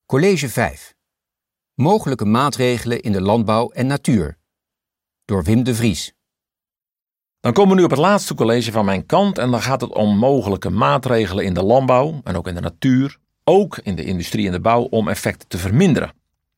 College 5. Mogelijke maatregelen in de landbouw en natuur. Door Wim de Vries. Dan komen we nu op het laatste college van mijn kant en dan gaat het om mogelijke maatregelen in de landbouw en ook in de natuur, ook in de industrie en de bouw, om effecten te verminderen.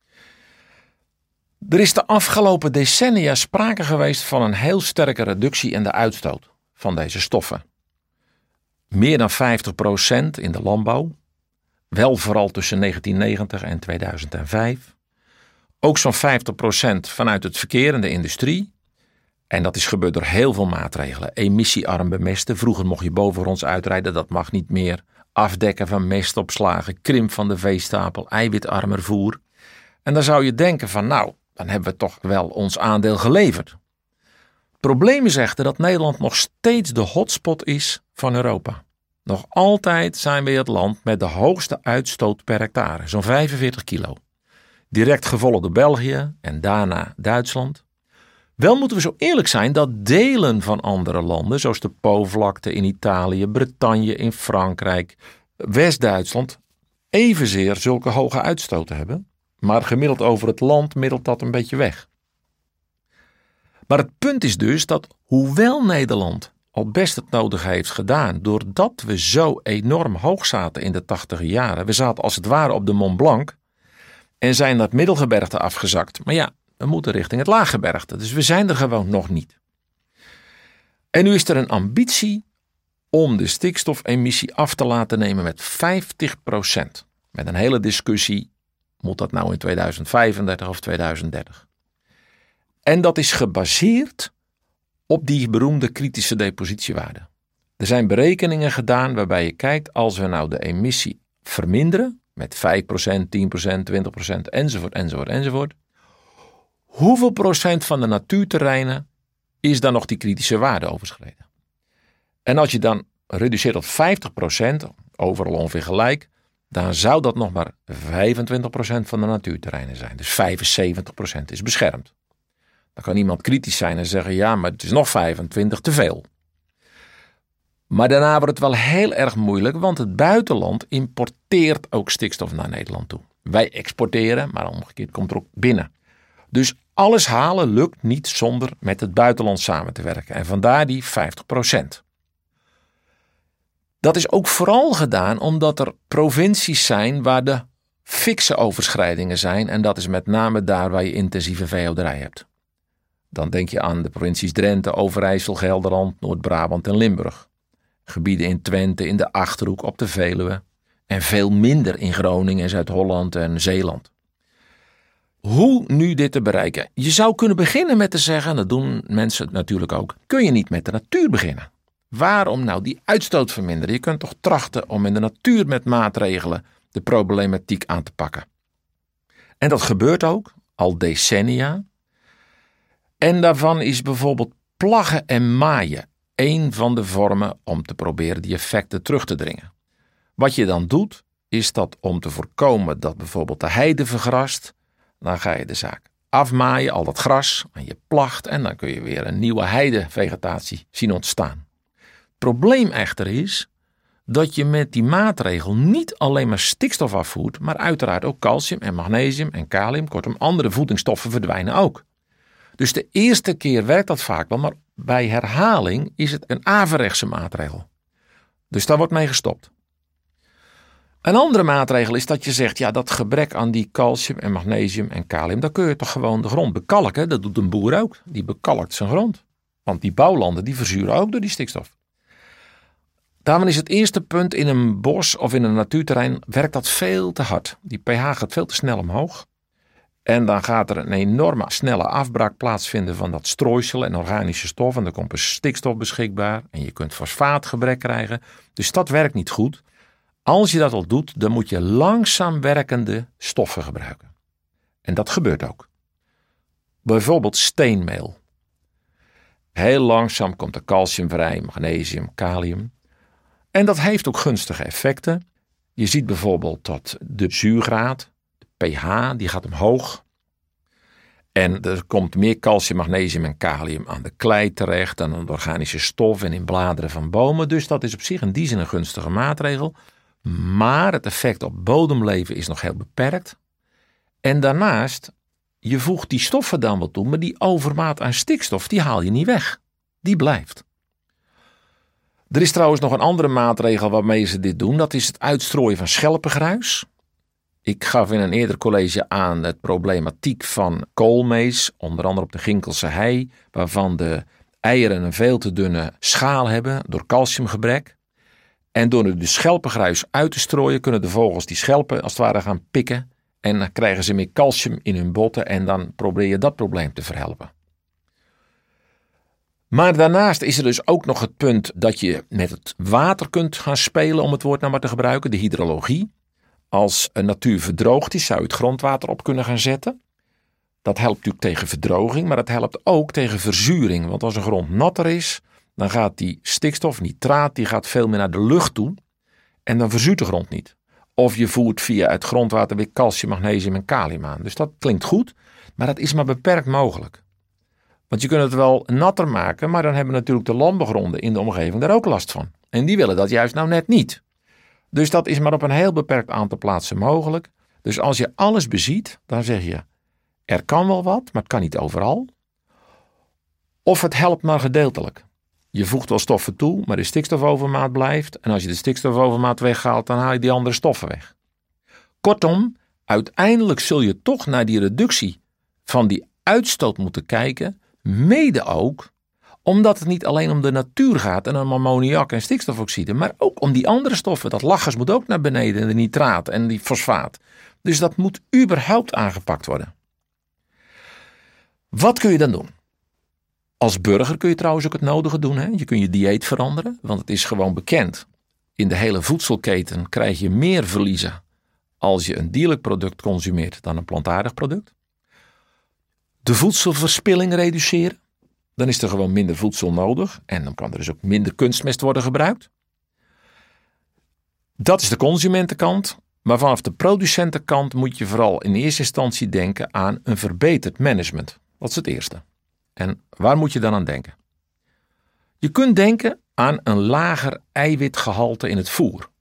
Er is de afgelopen decennia sprake geweest van een heel sterke reductie in de uitstoot van deze stoffen. Meer dan 50% in de landbouw, wel vooral tussen 1990 en 2005. Ook zo'n 50% vanuit het verkeer en de industrie. En dat is gebeurd door heel veel maatregelen. Emissiearm bemesten. Vroeger mocht je bovengronds uitrijden, dat mag niet meer. Afdekken van mestopslagen, krimp van de veestapel, eiwitarmer voer. En dan zou je denken van dan hebben we toch wel ons aandeel geleverd. Het probleem is echter dat Nederland nog steeds de hotspot is van Europa. Nog altijd zijn we het land met de hoogste uitstoot per hectare, zo'n 45 kilo. Direct gevolgd door België en daarna Duitsland. Wel moeten we zo eerlijk zijn dat delen van andere landen, zoals de Po-vlakte in Italië, Bretagne in Frankrijk, West-Duitsland, evenzeer zulke hoge uitstoten hebben. Maar gemiddeld over het land middelt dat een beetje weg. Maar het punt is dus dat hoewel Nederland al best het nodige heeft gedaan, doordat we zo enorm hoog zaten in de 80e jaren, we zaten als het ware op de Mont Blanc en zijn naar het Middelgebergte afgezakt. Maar ja, we moeten richting het Laaggebergte, dus we zijn er gewoon nog niet. En nu is er een ambitie om de stikstofemissie af te laten nemen met 50%. Met een hele discussie, moet dat nou in 2035 of 2030? En dat is gebaseerd op die beroemde kritische depositiewaarde. Er zijn berekeningen gedaan waarbij je kijkt, als we nou de emissie verminderen met 5%, 10%, 20% enzovoort. Hoeveel procent van de natuurterreinen is dan nog die kritische waarde overschreden? En als je dan reduceert tot 50%, overal ongeveer gelijk, dan zou dat nog maar 25% van de natuurterreinen zijn. Dus 75% is beschermd. Dan kan iemand kritisch zijn en zeggen, ja, maar het is nog 25 te veel. Maar daarna wordt het wel heel erg moeilijk, want het buitenland importeert ook stikstof naar Nederland toe. Wij exporteren, maar omgekeerd komt er ook binnen. Dus alles halen lukt niet zonder met het buitenland samen te werken. En vandaar die 50%. Dat is ook vooral gedaan omdat er provincies zijn waar de fikse overschrijdingen zijn. En dat is met name daar waar je intensieve veehouderij hebt. Dan denk je aan de provincies Drenthe, Overijssel, Gelderland, Noord-Brabant en Limburg. Gebieden in Twente, in de Achterhoek, op de Veluwe. En veel minder in Groningen, Zuid-Holland en Zeeland. Hoe nu dit te bereiken? Je zou kunnen beginnen met te zeggen, en dat doen mensen natuurlijk ook, kun je niet met de natuur beginnen? Waarom nou die uitstoot verminderen? Je kunt toch trachten om in de natuur met maatregelen de problematiek aan te pakken. En dat gebeurt ook, al decennia. En daarvan is bijvoorbeeld plaggen en maaien één van de vormen om te proberen die effecten terug te dringen. Wat je dan doet, is dat om te voorkomen dat bijvoorbeeld de heide vergrast, dan ga je de zaak afmaaien, al dat gras, en je placht en dan kun je weer een nieuwe heidevegetatie zien ontstaan. Het probleem echter is dat je met die maatregel niet alleen maar stikstof afvoert, maar uiteraard ook calcium en magnesium en kalium, kortom andere voedingsstoffen verdwijnen ook. Dus de eerste keer werkt dat vaak wel, maar bij herhaling is het een averechtse maatregel. Dus daar wordt mee gestopt. Een andere maatregel is dat je zegt, ja, dat gebrek aan die calcium en magnesium en kalium, dan kun je toch gewoon de grond bekalken. Dat doet een boer ook. Die bekalkt zijn grond. Want die bouwlanden die verzuren ook door die stikstof. Daarom is het eerste punt, in een bos of in een natuurterrein werkt dat veel te hard. Die pH gaat veel te snel omhoog. En dan gaat er een enorme snelle afbraak plaatsvinden van dat strooisel en organische stof. En dan komt er stikstof beschikbaar. En je kunt fosfaatgebrek krijgen. Dus dat werkt niet goed. Als je dat al doet, dan moet je langzaam werkende stoffen gebruiken. En dat gebeurt ook. Bijvoorbeeld steenmeel. Heel langzaam komt er calcium vrij, magnesium, kalium. En dat heeft ook gunstige effecten. Je ziet bijvoorbeeld dat de zuurgraad, de pH, die gaat omhoog. En er komt meer calcium, magnesium en kalium aan de klei terecht dan aan de organische stof en in bladeren van bomen. Dus dat is op zich in die zin een gunstige maatregel. Maar het effect op bodemleven is nog heel beperkt. En daarnaast, je voegt die stoffen dan wel toe, maar die overmaat aan stikstof, die haal je niet weg. Die blijft. Er is trouwens nog een andere maatregel waarmee ze dit doen. Dat is het uitstrooien van schelpengruis. Ik gaf in een eerder college aan het problematiek van koolmees, onder andere op de Ginkelse hei, waarvan de eieren een veel te dunne schaal hebben door calciumgebrek. En door de schelpengruis uit te strooien kunnen de vogels die schelpen als het ware gaan pikken. En dan krijgen ze meer calcium in hun botten en dan probeer je dat probleem te verhelpen. Maar daarnaast is er dus ook nog het punt dat je met het water kunt gaan spelen, om het woord nou maar te gebruiken, de hydrologie. Als een natuur verdroogd is, zou je het grondwater op kunnen gaan zetten. Dat helpt natuurlijk tegen verdroging, maar dat helpt ook tegen verzuring. Want als een grond natter is, dan gaat die stikstof, nitraat, die gaat veel meer naar de lucht toe. En dan verzuurt de grond niet. Of je voert via het grondwater weer calcium, magnesium en kalium aan. Dus dat klinkt goed, maar dat is maar beperkt mogelijk. Want je kunt het wel natter maken, maar dan hebben natuurlijk de landbouwgronden in de omgeving daar ook last van. En die willen dat juist nou net niet. Dus dat is maar op een heel beperkt aantal plaatsen mogelijk. Dus als je alles beziet, dan zeg je, er kan wel wat, maar het kan niet overal. Of het helpt maar gedeeltelijk. Je voegt wel stoffen toe, maar de stikstofovermaat blijft. En als je de stikstofovermaat weghaalt, dan haal je die andere stoffen weg. Kortom, uiteindelijk zul je toch naar die reductie van die uitstoot moeten kijken. Mede ook omdat het niet alleen om de natuur gaat en om ammoniak en stikstofoxide, maar ook om die andere stoffen. Dat lachgas moet ook naar beneden, de nitraat en die fosfaat. Dus dat moet überhaupt aangepakt worden. Wat kun je dan doen? Als burger kun je trouwens ook het nodige doen. Hè? Je kunt je dieet veranderen, want het is gewoon bekend. In de hele voedselketen krijg je meer verliezen als je een dierlijk product consumeert dan een plantaardig product. De voedselverspilling reduceren. Dan is er gewoon minder voedsel nodig en dan kan er dus ook minder kunstmest worden gebruikt. Dat is de consumentenkant, maar vanaf de producentenkant moet je vooral in eerste instantie denken aan een verbeterd management. Dat is het eerste. En waar moet je dan aan denken? Je kunt denken aan een lager eiwitgehalte in het voer.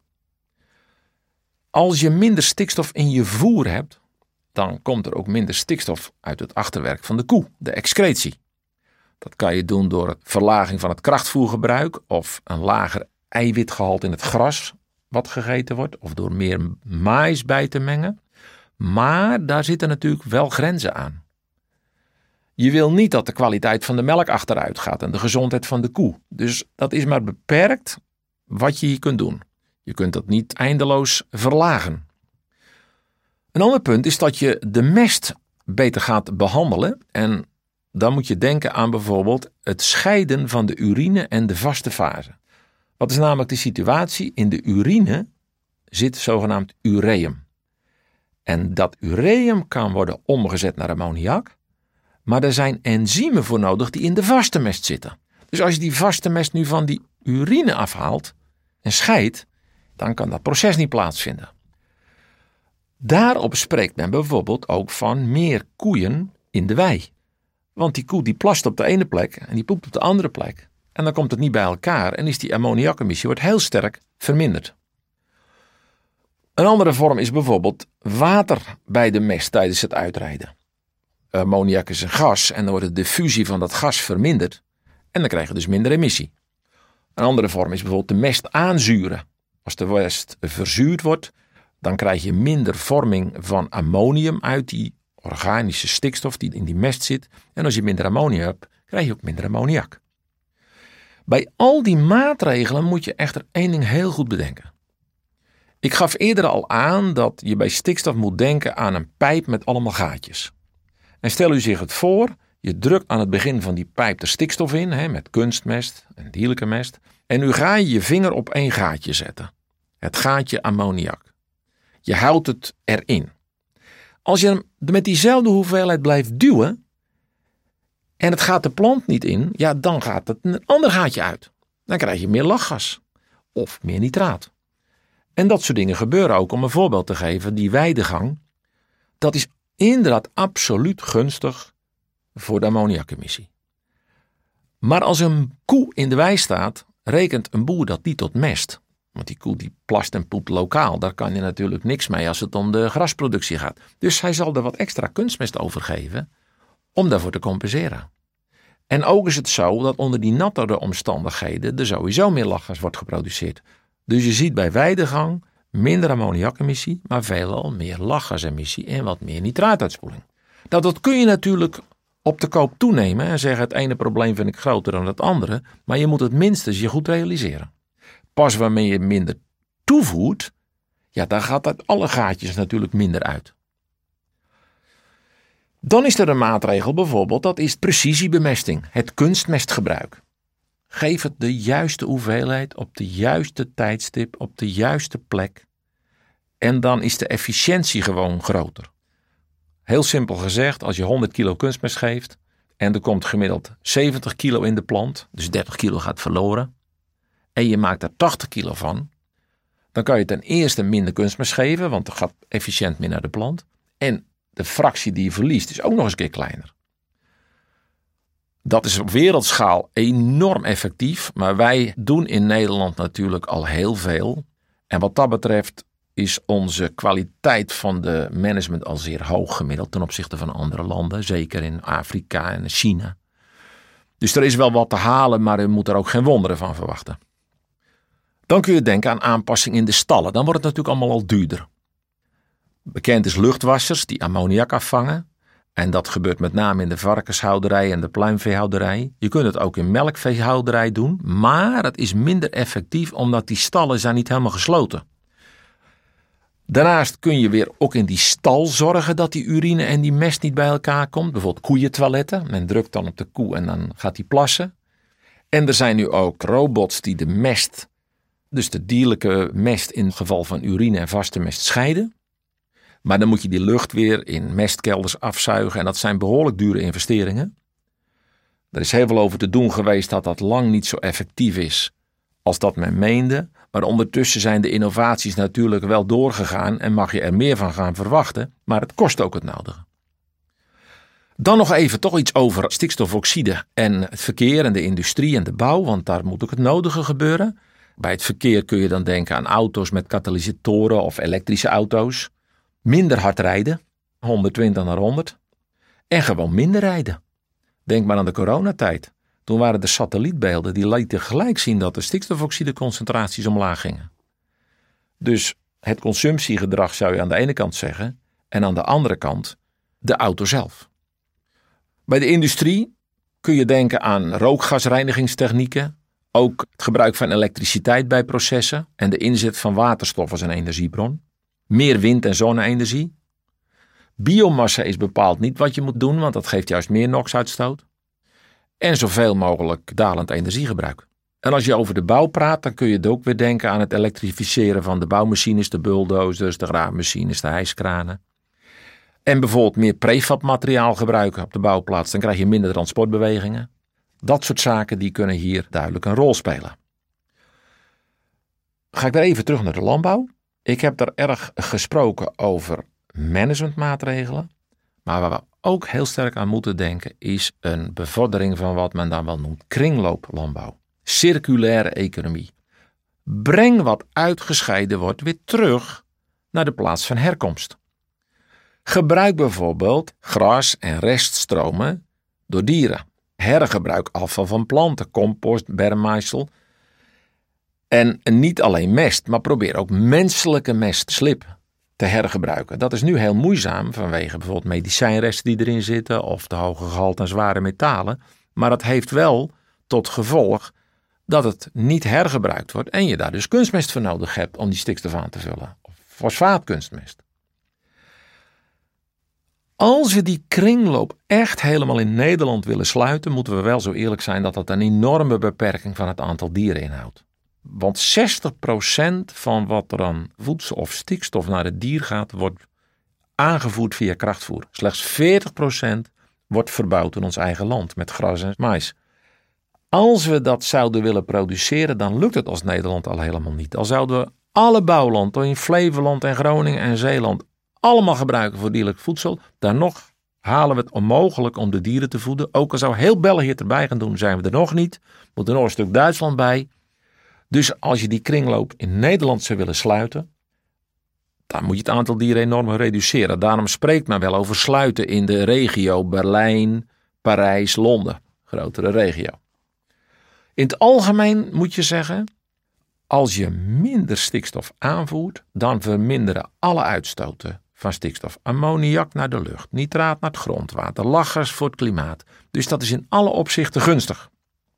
Als je minder stikstof in je voer hebt, dan komt er ook minder stikstof uit het achterwerk van de koe, de excretie. Dat kan je doen door verlaging van het krachtvoergebruik of een lager eiwitgehalte in het gras wat gegeten wordt, of door meer maïs bij te mengen. Maar daar zitten natuurlijk wel grenzen aan. Je wil niet dat de kwaliteit van de melk achteruit gaat en de gezondheid van de koe. Dus dat is maar beperkt wat je hier kunt doen. Je kunt dat niet eindeloos verlagen. Een ander punt is dat je de mest beter gaat behandelen. En dan moet je denken aan bijvoorbeeld het scheiden van de urine en de vaste fase. Wat is namelijk de situatie? In de urine zit zogenaamd ureum. En dat ureum kan worden omgezet naar ammoniak. Maar er zijn enzymen voor nodig die in de vaste mest zitten. Dus als je die vaste mest nu van die urine afhaalt en scheidt, dan kan dat proces niet plaatsvinden. Daarop spreekt men bijvoorbeeld ook van meer koeien in de wei. Want die koe die plast op de ene plek en die poept op de andere plek. En dan komt het niet bij elkaar en is die ammoniakemissie wordt heel sterk verminderd. Een andere vorm is bijvoorbeeld water bij de mest tijdens het uitrijden. Ammoniak is een gas en dan wordt de diffusie van dat gas verminderd. En dan krijg je dus minder emissie. Een andere vorm is bijvoorbeeld de mest aanzuren. Als de mest verzuurd wordt, dan krijg je minder vorming van ammonium uit die organische stikstof die in die mest zit. En als je minder ammonium hebt, krijg je ook minder ammoniak. Bij al die maatregelen moet je echter één ding heel goed bedenken. Ik gaf eerder al aan dat je bij stikstof moet denken aan een pijp met allemaal gaatjes. En stel u zich het voor, je drukt aan het begin van die pijp de stikstof in, met kunstmest en dierlijke mest. En nu ga je je vinger op één gaatje zetten. Het gaatje ammoniak. Je houdt het erin. Als je hem met diezelfde hoeveelheid blijft duwen en het gaat de plant niet in, ja, dan gaat het een ander gaatje uit. Dan krijg je meer lachgas of meer nitraat. En dat soort dingen gebeuren ook. Om een voorbeeld te geven, die weidegang, dat is inderdaad absoluut gunstig voor de ammoniakemissie. Maar als een koe in de wei staat, rekent een boer dat niet tot mest. Want die koe die plast en poept lokaal. Daar kan je natuurlijk niks mee als het om de grasproductie gaat. Dus hij zal er wat extra kunstmest over geven om daarvoor te compenseren. En ook is het zo dat onder die nattere omstandigheden er sowieso meer lachgas wordt geproduceerd. Dus je ziet bij weidegang minder ammoniakemissie, maar veelal meer lachgasemissie en wat meer nitraatuitspoeling. Nou, dat kun je natuurlijk op de koop toenemen en zeggen het ene probleem vind ik groter dan het andere, maar je moet het minstens je goed realiseren. Pas waarmee je minder toevoert, ja, dan gaat uit alle gaatjes natuurlijk minder uit. Dan is er een maatregel bijvoorbeeld, dat is precisiebemesting, het kunstmestgebruik. Geef het de juiste hoeveelheid op de juiste tijdstip, op de juiste plek. En dan is de efficiëntie gewoon groter. Heel simpel gezegd, als je 100 kilo kunstmest geeft en er komt gemiddeld 70 kilo in de plant, dus 30 kilo gaat verloren, en je maakt er 80 kilo van, dan kan je ten eerste minder kunstmest geven, want er gaat efficiënt meer naar de plant. En de fractie die je verliest is ook nog eens een keer kleiner. Dat is op wereldschaal enorm effectief, maar wij doen in Nederland natuurlijk al heel veel. En wat dat betreft is onze kwaliteit van de management al zeer hoog gemiddeld ten opzichte van andere landen, zeker in Afrika en China. Dus er is wel wat te halen, maar u moet er ook geen wonderen van verwachten. Dan kun je denken aan aanpassing in de stallen. Dan wordt het natuurlijk allemaal al duurder. Bekend is luchtwassers die ammoniak afvangen. En dat gebeurt met name in de varkenshouderij en de pluimveehouderij. Je kunt het ook in melkveehouderij doen, maar het is minder effectief omdat die stallen zijn niet helemaal gesloten. Daarnaast kun je weer ook in die stal zorgen dat die urine en die mest niet bij elkaar komt. Bijvoorbeeld koeientoiletten. Men drukt dan op de koe en dan gaat die plassen. En er zijn nu ook robots die de mest, dus de dierlijke mest in geval van urine en vaste mest scheiden. Maar dan moet je die lucht weer in mestkelders afzuigen en dat zijn behoorlijk dure investeringen. Er is heel veel over te doen geweest dat dat lang niet zo effectief is als dat men meende. Maar ondertussen zijn de innovaties natuurlijk wel doorgegaan en mag je er meer van gaan verwachten. Maar het kost ook het nodige. Dan nog even toch iets over stikstofoxide en het verkeer en de industrie en de bouw. Want daar moet ook het nodige gebeuren. Bij het verkeer kun je dan denken aan auto's met katalysatoren of elektrische auto's. Minder hard rijden, 120 naar 100. En gewoon minder rijden. Denk maar aan de coronatijd. Toen waren de satellietbeelden die lieten gelijk zien dat de stikstofoxideconcentraties omlaag gingen. Dus het consumptiegedrag zou je aan de ene kant zeggen en aan de andere kant de auto zelf. Bij de industrie kun je denken aan rookgasreinigingstechnieken, ook het gebruik van elektriciteit bij processen en de inzet van waterstof als een energiebron. Meer wind- en zonne-energie. Biomassa is bepaald niet wat je moet doen, want dat geeft juist meer NOx-uitstoot. En zoveel mogelijk dalend energiegebruik. En als je over de bouw praat, dan kun je ook weer denken aan het elektrificeren van de bouwmachines, de bulldozers, de graafmachines, de hijskranen. En bijvoorbeeld meer prefabmateriaal gebruiken op de bouwplaats, dan krijg je minder transportbewegingen. Dat soort zaken die kunnen hier duidelijk een rol spelen. Ga ik weer even terug naar de landbouw. Ik heb daar erg gesproken over managementmaatregelen. Maar waar we ook heel sterk aan moeten denken is een bevordering van wat men dan wel noemt kringlooplandbouw. Circulaire economie. Breng wat uitgescheiden wordt weer terug naar de plaats van herkomst. Gebruik bijvoorbeeld gras en reststromen door dieren. Hergebruik afval van planten, compost, bermmaaisel. En niet alleen mest, maar probeer ook menselijke mest, slip, te hergebruiken. Dat is nu heel moeizaam vanwege bijvoorbeeld medicijnresten die erin zitten of de hoge gehalte aan zware metalen. Maar dat heeft wel tot gevolg dat het niet hergebruikt wordt en je daar dus kunstmest voor nodig hebt om die stikstof aan te vullen. Of fosfaatkunstmest. Als we die kringloop echt helemaal in Nederland willen sluiten, moeten we wel zo eerlijk zijn dat dat een enorme beperking van het aantal dieren inhoudt. Want 60% van wat er aan voedsel of stikstof naar het dier gaat, wordt aangevoerd via krachtvoer. Slechts 40% wordt verbouwd in ons eigen land met gras en mais. Als we dat zouden willen produceren, dan lukt het als Nederland al helemaal niet. Al zouden we alle bouwland in Flevoland en Groningen en Zeeland allemaal gebruiken voor dierlijk voedsel, dan nog halen we het onmogelijk om de dieren te voeden. Ook al zou heel België het erbij gaan doen, zijn we er nog niet. Moet er nog een stuk Duitsland bij. Dus als je die kringloop in Nederland zou willen sluiten, dan moet je het aantal dieren enorm reduceren. Daarom spreekt men wel over sluiten in de regio Berlijn, Parijs, Londen. Grotere regio. In het algemeen moet je zeggen, als je minder stikstof aanvoert, dan verminderen alle uitstoten van stikstof. Ammoniak naar de lucht, nitraat naar het grondwater, lachgas voor het klimaat. Dus dat is in alle opzichten gunstig.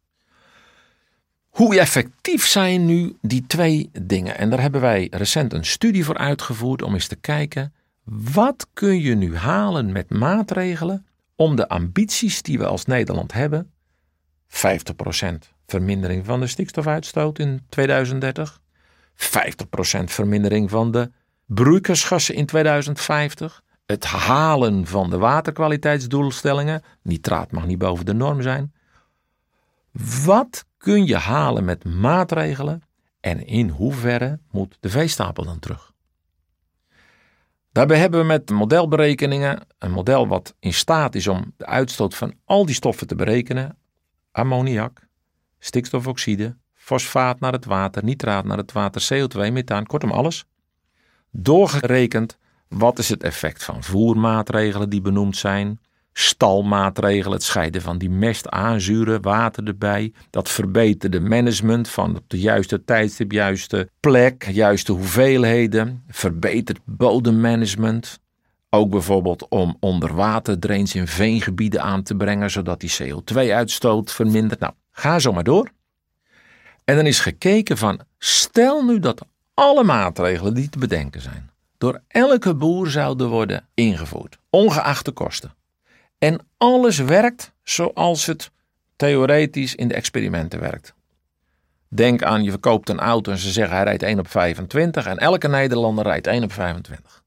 Hoe effectief zijn nu die twee dingen? En daar hebben wij recent een studie voor uitgevoerd om eens te kijken, wat kun je nu halen met maatregelen om de ambities die we als Nederland hebben, 50% vermindering van de stikstofuitstoot in 2030, 50% vermindering van de broeikasgassen in 2050, het halen van de waterkwaliteitsdoelstellingen, nitraat mag niet boven de norm zijn. Wat kun je halen met maatregelen en in hoeverre moet de veestapel dan terug? Daarbij hebben we met modelberekeningen een model wat in staat is om de uitstoot van al die stoffen te berekenen. Ammoniak, stikstofoxide, fosfaat naar het water, nitraat naar het water, CO2, methaan, kortom alles. Doorgerekend, wat is het effect van voermaatregelen die benoemd zijn, stalmaatregelen, het scheiden van die mest, aanzuren, water erbij, dat verbeterde management van op de juiste tijdstip, juiste plek, juiste hoeveelheden, verbeterd bodemmanagement. Ook bijvoorbeeld om onderwaterdrains in veengebieden aan te brengen, zodat die CO2-uitstoot vermindert. Nou, ga zo maar door. En dan is gekeken van, stel nu dat alle maatregelen die te bedenken zijn, door elke boer zouden worden ingevoerd, ongeacht de kosten. En alles werkt zoals het theoretisch in de experimenten werkt. Denk aan, je verkoopt een auto en ze zeggen hij rijdt 1 op 25 en elke Nederlander rijdt 1 op 25.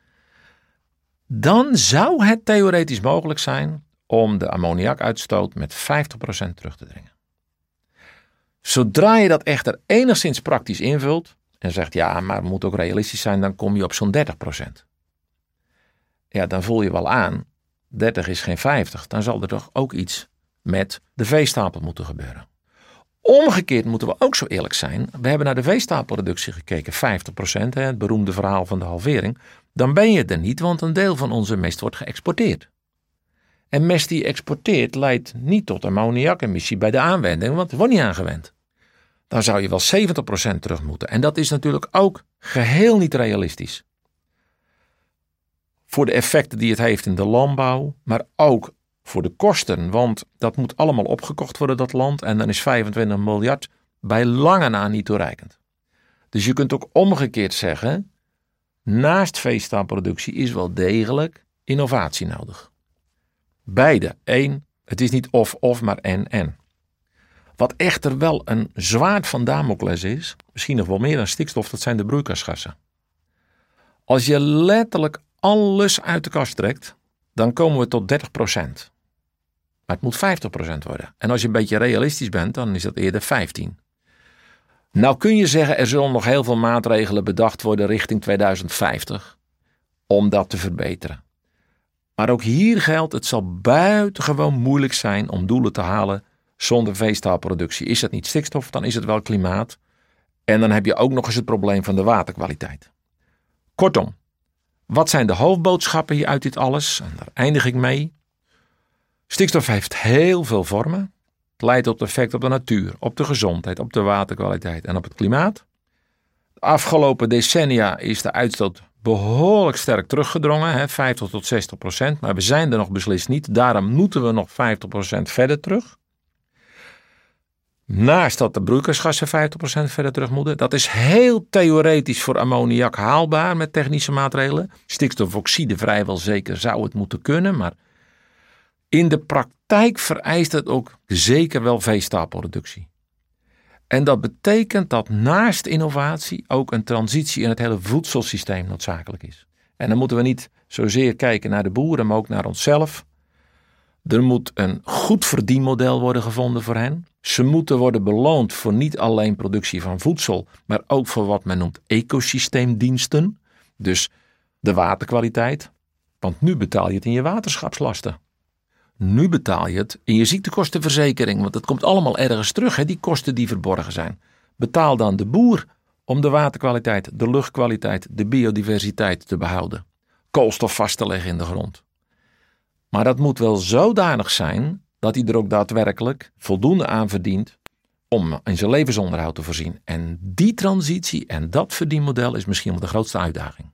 Dan zou het theoretisch mogelijk zijn om de ammoniakuitstoot met 50% terug te dringen. Zodra je dat echter enigszins praktisch invult en zegt ja, maar het moet ook realistisch zijn, dan kom je op zo'n 30%. Ja, dan voel je wel aan, 30 is geen 50, dan zal er toch ook iets met de veestapel moeten gebeuren. Omgekeerd moeten we ook zo eerlijk zijn. We hebben naar de veestapelreductie gekeken, 50%, het beroemde verhaal van de halvering. Dan ben je er niet, want een deel van onze mest wordt geëxporteerd. En mest die je exporteert leidt niet tot ammoniakemissie bij de aanwending, want het wordt niet aangewend. Dan zou je wel 70% terug moeten. En dat is natuurlijk ook geheel niet realistisch. Voor de effecten die het heeft in de landbouw, maar ook voor de kosten, want dat moet allemaal opgekocht worden, dat land, en dan is 25 miljard bij lange na niet toereikend. Dus je kunt ook omgekeerd zeggen, naast veestapelproductie is wel degelijk innovatie nodig. Beide, het is niet of, maar en. Wat echter wel een zwaard van Damocles is, misschien nog wel meer dan stikstof, dat zijn de broeikasgassen. Als je letterlijk alles uit de kast trekt, dan komen we tot 30%. Maar het moet 50% worden. En als je een beetje realistisch bent, dan is dat eerder 15%. Nou kun je zeggen, er zullen nog heel veel maatregelen bedacht worden richting 2050 om dat te verbeteren. Maar ook hier geldt, het zal buitengewoon moeilijk zijn om doelen te halen zonder veestapelproductie. Is het niet stikstof, dan is het wel klimaat. En dan heb je ook nog eens het probleem van de waterkwaliteit. Kortom, wat zijn de hoofdboodschappen hier uit dit alles? En daar eindig ik mee. Stikstof heeft heel veel vormen. Het leidt tot effect op de natuur, op de gezondheid, op de waterkwaliteit en op het klimaat. De afgelopen decennia is de uitstoot behoorlijk sterk teruggedrongen, 50 tot 60%. Maar we zijn er nog beslist niet. Daarom moeten we nog 50% verder terug. Naast dat de broeikasgassen 50% verder terug moeten. Dat is heel theoretisch voor ammoniak haalbaar met technische maatregelen. Stikstofoxide vrijwel zeker zou het moeten kunnen, maar in de praktijk vereist het ook zeker wel veestapelreductie. En dat betekent dat naast innovatie ook een transitie in het hele voedselsysteem noodzakelijk is. En dan moeten we niet zozeer kijken naar de boeren, maar ook naar onszelf. Er moet een goed verdienmodel worden gevonden voor hen. Ze moeten worden beloond voor niet alleen productie van voedsel, maar ook voor wat men noemt ecosysteemdiensten. Dus de waterkwaliteit. Want nu betaal je het in je waterschapslasten. Nu betaal je het in je ziektekostenverzekering, want het komt allemaal ergens terug, die kosten die verborgen zijn. Betaal dan de boer om de waterkwaliteit, de luchtkwaliteit, de biodiversiteit te behouden. Koolstof vast te leggen in de grond. Maar dat moet wel zodanig zijn dat hij er ook daadwerkelijk voldoende aan verdient om in zijn levensonderhoud te voorzien. En die transitie en dat verdienmodel is misschien wel de grootste uitdaging.